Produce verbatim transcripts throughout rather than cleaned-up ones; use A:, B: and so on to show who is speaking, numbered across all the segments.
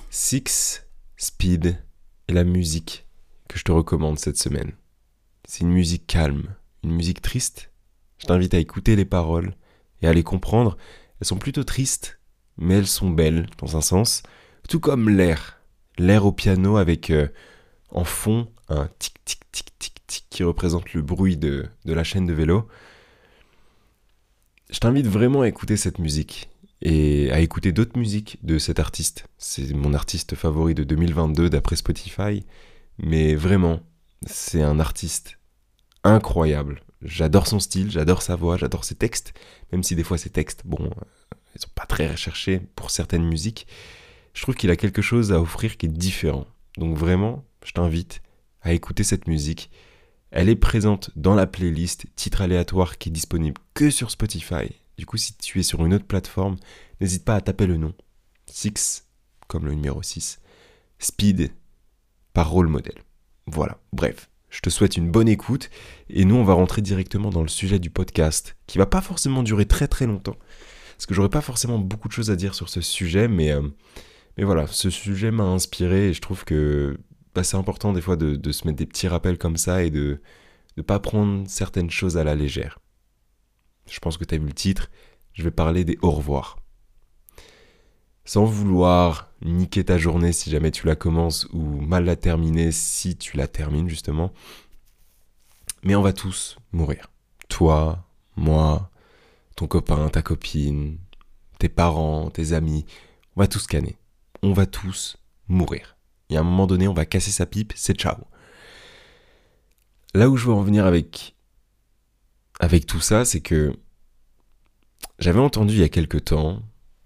A: Six Speed est la musique que je te recommande cette semaine. C'est une musique calme, une musique triste. Je t'invite à écouter les paroles et à les comprendre. Elles sont plutôt tristes, mais elles sont belles dans un sens. Tout comme l'air. L'air au piano avec euh, en fond un tic tic tic tic tic qui représente le bruit de, de la chaîne de vélo. Je t'invite vraiment à écouter cette musique et à écouter d'autres musiques de cet artiste. C'est mon artiste favori de deux mille vingt-deux d'après Spotify, mais vraiment, c'est un artiste incroyable. J'adore son style, j'adore sa voix, j'adore ses textes, même si des fois ses textes, bon, euh, ils sont pas très recherchés pour certaines musiques. Je trouve qu'il a quelque chose à offrir qui est différent. Donc vraiment, je t'invite à écouter cette musique. Elle est présente dans la playlist titre aléatoire qui est disponible que sur Spotify. Du coup, si tu es sur une autre plateforme, n'hésite pas à taper le nom. Six, comme le numéro six. Speed, par rôle modèle. Voilà, bref. Je te souhaite une bonne écoute. Et nous, on va rentrer directement dans le sujet du podcast, qui va pas forcément durer très très longtemps. Parce que j'aurais pas forcément beaucoup de choses à dire sur ce sujet, mais, euh, mais voilà, ce sujet m'a inspiré et je trouve que bah, c'est important des fois de, de se mettre des petits rappels comme ça et de ne pas prendre certaines choses à la légère. Je pense que tu as vu le titre, je vais parler des au revoir. Sans vouloir niquer ta journée si jamais tu la commences ou mal la terminer si tu la termines justement, mais on va tous mourir. Toi, moi, ton copain, ta copine, tes parents, tes amis, on va tous canner. On va tous mourir. Et à un moment donné, on va casser sa pipe, c'est ciao. Là où je veux en venir avec, avec tout ça, c'est que j'avais entendu il y a quelques temps,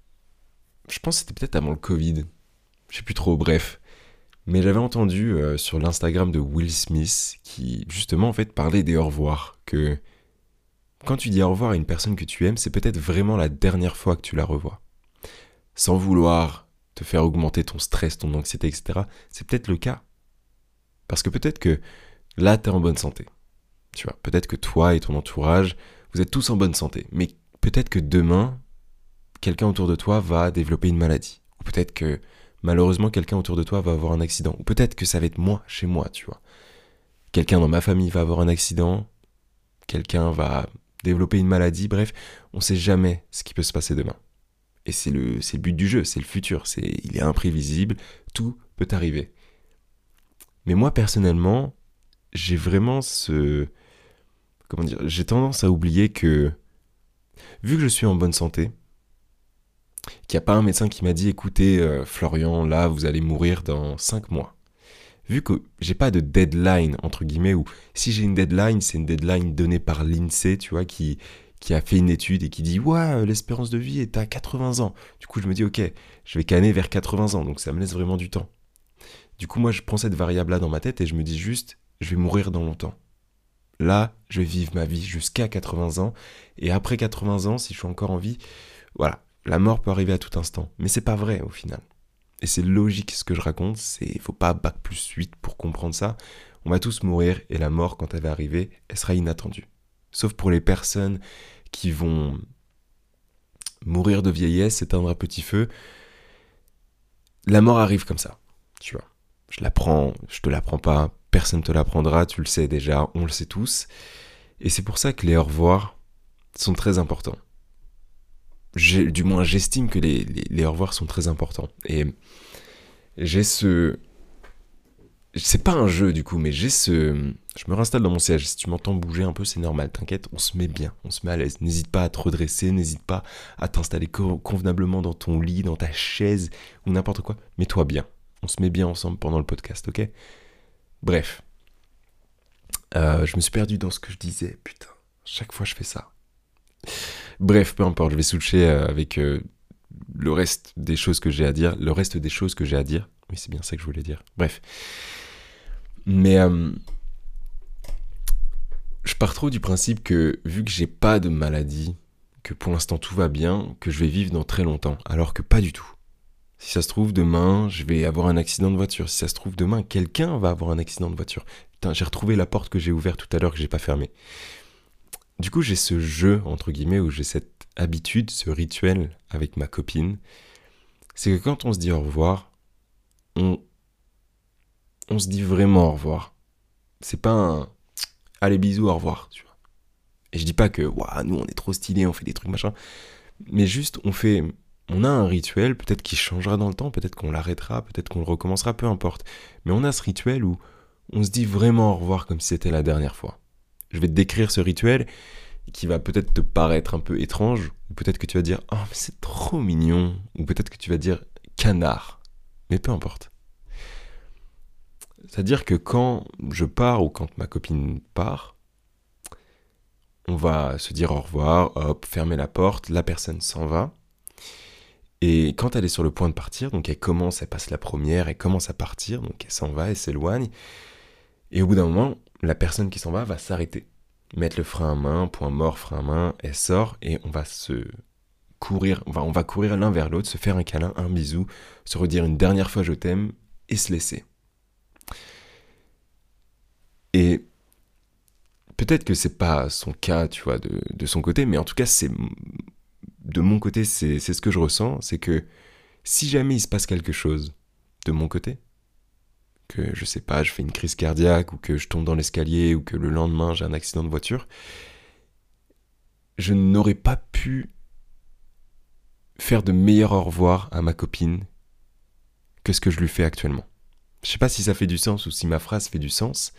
A: je pense que c'était peut-être avant le Covid, je sais plus trop, bref, mais j'avais entendu euh, sur l'Instagram de Will Smith qui justement en fait parlait des au revoir, que quand tu dis au revoir à une personne que tu aimes, c'est peut-être vraiment la dernière fois que tu la revois. Sans vouloir te faire augmenter ton stress, ton anxiété, et cetera, c'est peut-être le cas. Parce que peut-être que là, t'es en bonne santé. Tu vois, peut-être que toi et ton entourage, vous êtes tous en bonne santé. Mais peut-être que demain, quelqu'un autour de toi va développer une maladie. Ou peut-être que, malheureusement, quelqu'un autour de toi va avoir un accident. Ou peut-être que ça va être moi, chez moi, tu vois. Quelqu'un dans ma famille va avoir un accident. Quelqu'un va développer une maladie. Bref, on sait jamais ce qui peut se passer demain. Et c'est le, c'est le but du jeu, c'est le futur. C'est, il est imprévisible, tout peut arriver. Mais moi, personnellement, j'ai vraiment ce... Comment dire, j'ai tendance à oublier que, vu que je suis en bonne santé, qu'il n'y a pas un médecin qui m'a dit, écoutez, euh, Florian, là, vous allez mourir dans cinq mois. Vu que j'ai pas de deadline, entre guillemets, ou si j'ai une deadline, c'est une deadline donnée par l'INSEE, tu vois, qui, qui a fait une étude et qui dit, ouais, l'espérance de vie est à quatre-vingts ans. Du coup, je me dis, ok, je vais canner vers quatre-vingts ans, donc ça me laisse vraiment du temps. Du coup, moi, je prends cette variable-là dans ma tête et je me dis juste, je vais mourir dans longtemps. Là, je vais vivre ma vie jusqu'à quatre-vingts ans, et après quatre-vingts ans, si je suis encore en vie, voilà, la mort peut arriver à tout instant. Mais c'est pas vrai, au final. Et c'est logique ce que je raconte, c'est faut pas bac plus huit pour comprendre ça. On va tous mourir, et la mort, quand elle va arriver, elle sera inattendue. Sauf pour les personnes qui vont mourir de vieillesse, s'éteindre à petit feu. La mort arrive comme ça, tu vois. Je la prends, je te l'apprends pas, personne te l'apprendra, tu le sais déjà, on le sait tous. Et c'est pour ça que les au revoir sont très importants. J'ai, du moins, j'estime que les, les, les au revoir sont très importants. Et j'ai ce... C'est pas un jeu du coup, mais j'ai ce... Je me réinstalle dans mon siège. Si tu m'entends bouger un peu, c'est normal, t'inquiète, on se met bien, on se met à l'aise. N'hésite pas à te redresser, n'hésite pas à t'installer convenablement dans ton lit, dans ta chaise, ou n'importe quoi. Mets-toi bien. On se met bien ensemble pendant le podcast, ok ? Bref. Euh, je me suis perdu dans ce que je disais, putain. Chaque fois, je fais ça. Bref, peu importe, je vais switcher euh, avec euh, le reste des choses que j'ai à dire. Le reste des choses que j'ai à dire. Oui, c'est bien ça que je voulais dire. Bref. Mais euh, je pars trop du principe que, vu que j'ai pas de maladie, que pour l'instant tout va bien, que je vais vivre dans très longtemps. Alors que pas du tout. Si ça se trouve, demain, je vais avoir un accident de voiture. Si ça se trouve, demain, quelqu'un va avoir un accident de voiture. Putain, j'ai retrouvé la porte que j'ai ouverte tout à l'heure, que j'ai pas fermée. Du coup, j'ai ce jeu, entre guillemets, où j'ai cette habitude, ce rituel avec ma copine. C'est que quand on se dit au revoir, on, on se dit vraiment au revoir. C'est pas un allez bisous, au revoir, tu vois. Et je dis pas que ouah, nous on est trop stylés, on fait des trucs machin, mais juste on fait, on a un rituel, peut-être qu'il changera dans le temps, peut-être qu'on l'arrêtera, peut-être qu'on le recommencera, peu importe. Mais on a ce rituel où on se dit vraiment au revoir comme si c'était la dernière fois. Je vais te décrire ce rituel qui va peut-être te paraître un peu étrange, ou peut-être que tu vas dire oh mais c'est trop mignon, ou peut-être que tu vas dire canard, mais peu importe. C'est-à-dire que quand je pars ou quand ma copine part, on va se dire au revoir, hop, fermer la porte, la personne s'en va. Et quand elle est sur le point de partir, donc elle commence, elle passe la première, elle commence à partir, donc elle s'en va, elle s'éloigne. Et au bout d'un moment, la personne qui s'en va va s'arrêter, mettre le frein à main, point mort, frein à main, elle sort et on va se courir, enfin, on va courir l'un vers l'autre, se faire un câlin, un bisou, se redire une dernière fois je t'aime et se laisser. Et peut-être que c'est pas son cas, tu vois, de, de son côté, mais en tout cas, c'est de mon côté, c'est, c'est ce que je ressens, c'est que si jamais il se passe quelque chose de mon côté, que je sais pas, je fais une crise cardiaque, ou que je tombe dans l'escalier, ou que le lendemain j'ai un accident de voiture, je n'aurais pas pu faire de meilleur au revoir à ma copine que ce que je lui fais actuellement. Je sais pas si ça fait du sens ou si ma phrase fait du sens,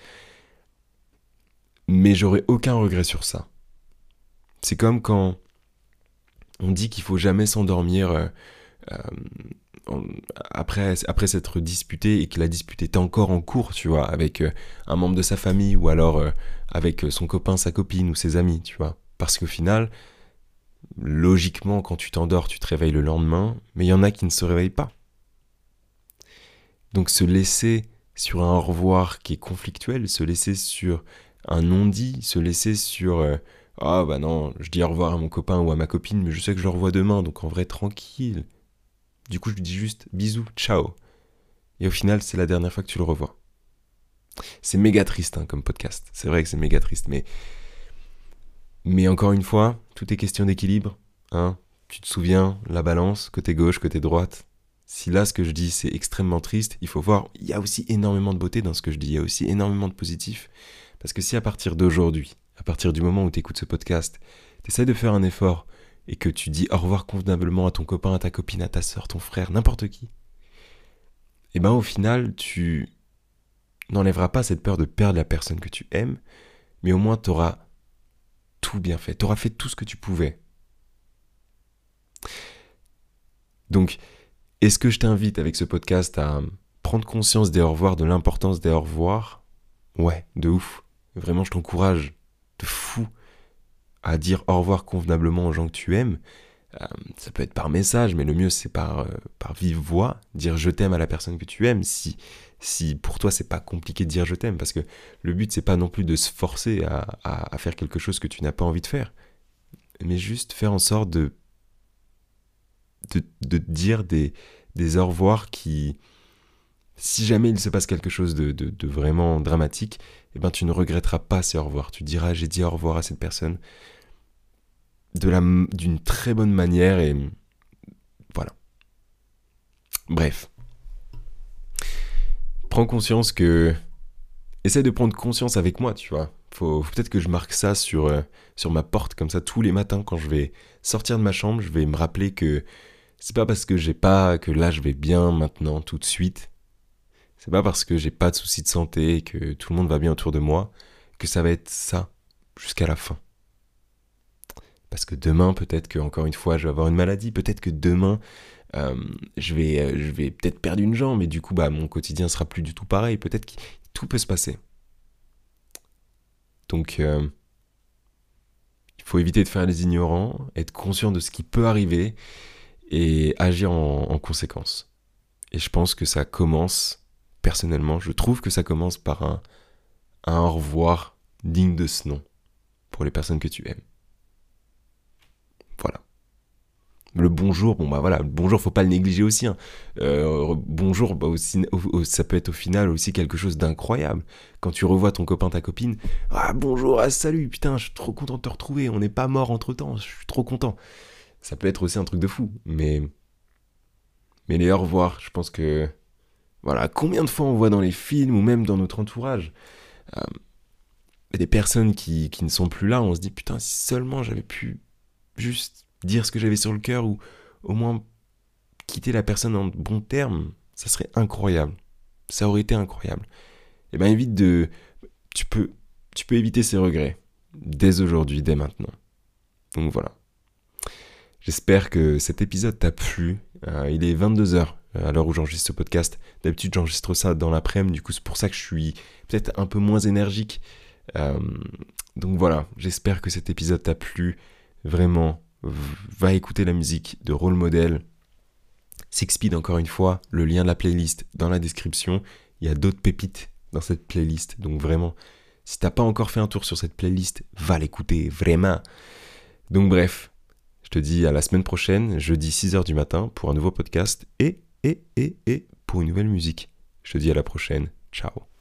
A: mais j'aurais aucun regret sur ça. C'est comme quand on dit qu'il faut jamais s'endormir euh, euh, après, après s'être disputé et que la dispute est encore en cours, tu vois, avec euh, un membre de sa famille ou alors euh, avec son copain, sa copine ou ses amis, tu vois. Parce qu'au final, logiquement, quand tu t'endors, tu te réveilles le lendemain, mais il y en a qui ne se réveillent pas. Donc se laisser sur un au revoir qui est conflictuel, se laisser sur un non-dit, se laisser sur euh, ah bah non, je dis au revoir à mon copain ou à ma copine, mais je sais que je le revois demain, donc en vrai tranquille. Du coup je lui dis juste bisous, ciao. Et au final c'est la dernière fois que tu le revois. C'est méga triste hein, comme podcast, c'est vrai que c'est méga triste, mais mais encore une fois, tout est question d'équilibre, hein. Tu te souviens, la balance, côté gauche, côté droite. Si là, ce que je dis, c'est extrêmement triste, il faut voir, il y a aussi énormément de beauté dans ce que je dis, il y a aussi énormément de positif. Parce que si à partir d'aujourd'hui, à partir du moment où tu écoutes ce podcast, tu essaies de faire un effort et que tu dis au revoir convenablement à ton copain, à ta copine, à ta soeur, ton frère, n'importe qui, et ben au final, tu n'enlèveras pas cette peur de perdre la personne que tu aimes, mais au moins tu auras tout bien fait, tu auras fait tout ce que tu pouvais. Donc, est-ce que je t'invite avec ce podcast à prendre conscience des au revoir, de l'importance des au revoir ? Ouais, de ouf. Vraiment, je t'encourage de fou à dire au revoir convenablement aux gens que tu aimes. Euh, ça peut être par message, mais le mieux c'est par, euh, par vive voix, dire je t'aime à la personne que tu aimes, si, si pour toi c'est pas compliqué de dire je t'aime, parce que le but c'est pas non plus de se forcer à, à, à faire quelque chose que tu n'as pas envie de faire, mais juste faire en sorte de de, de dire des, des au revoir qui, si jamais il se passe quelque chose de, de, de vraiment dramatique, eh ben tu ne regretteras pas ces au revoir. Tu diras j'ai dit au revoir à cette personne de la, d'une très bonne manière et voilà. Bref. Prends conscience que... Essaie de prendre conscience avec moi, tu vois. Faut, faut peut-être que je marque ça sur, euh, sur ma porte, comme ça, tous les matins, quand je vais sortir de ma chambre, je vais me rappeler que c'est pas parce que j'ai pas, que là je vais bien maintenant, tout de suite. C'est pas parce que j'ai pas de soucis de santé et que tout le monde va bien autour de moi, que ça va être ça, jusqu'à la fin. Parce que demain, peut-être que, encore une fois, je vais avoir une maladie, peut-être que demain, euh, je vais, euh, je vais peut-être perdre une jambe, et du coup, bah, mon quotidien sera plus du tout pareil, peut-être que tout peut se passer. Donc, euh, il faut éviter de faire les ignorants, être conscient de ce qui peut arriver, et agir en, en conséquence. Et je pense que ça commence, personnellement, je trouve que ça commence par un, un au revoir digne de ce nom, pour les personnes que tu aimes. Voilà. Le bonjour, bon bah voilà, le bonjour faut pas le négliger aussi. Hein. Euh, bonjour, bah aussi, ça peut être au final aussi quelque chose d'incroyable. Quand tu revois ton copain, ta copine, ah bonjour, ah salut, putain, je suis trop content de te retrouver, on n'est pas mort entre temps, je suis trop content. Ça peut être aussi un truc de fou, mais mais les au revoir, je pense que Voilà, combien de fois on voit dans les films ou même dans notre entourage euh, des personnes qui, qui ne sont plus là, on se dit putain, si seulement j'avais pu juste dire ce que j'avais sur le cœur ou au moins quitter la personne en bons termes, ça serait incroyable. Ça aurait été incroyable. Et ben évite de... Tu peux, tu peux éviter ces regrets dès aujourd'hui, dès maintenant. Donc voilà. J'espère que cet épisode t'a plu. Euh, il est vingt-deux heures à l'heure où j'enregistre ce podcast. D'habitude, j'enregistre ça dans l'après-midi. Du coup, c'est pour ça que je suis peut-être un peu moins énergique. Euh, donc voilà, j'espère que cet épisode t'a plu. Vraiment, va écouter la musique de Role Model. Sixspeed, encore une fois, le lien de la playlist dans la description. Il y a d'autres pépites dans cette playlist. Donc vraiment, si t'as pas encore fait un tour sur cette playlist, va l'écouter, vraiment. Donc bref, je te dis à la semaine prochaine, jeudi six heures du matin, pour un nouveau podcast et, et, et, et pour une nouvelle musique. Je te dis à la prochaine. Ciao.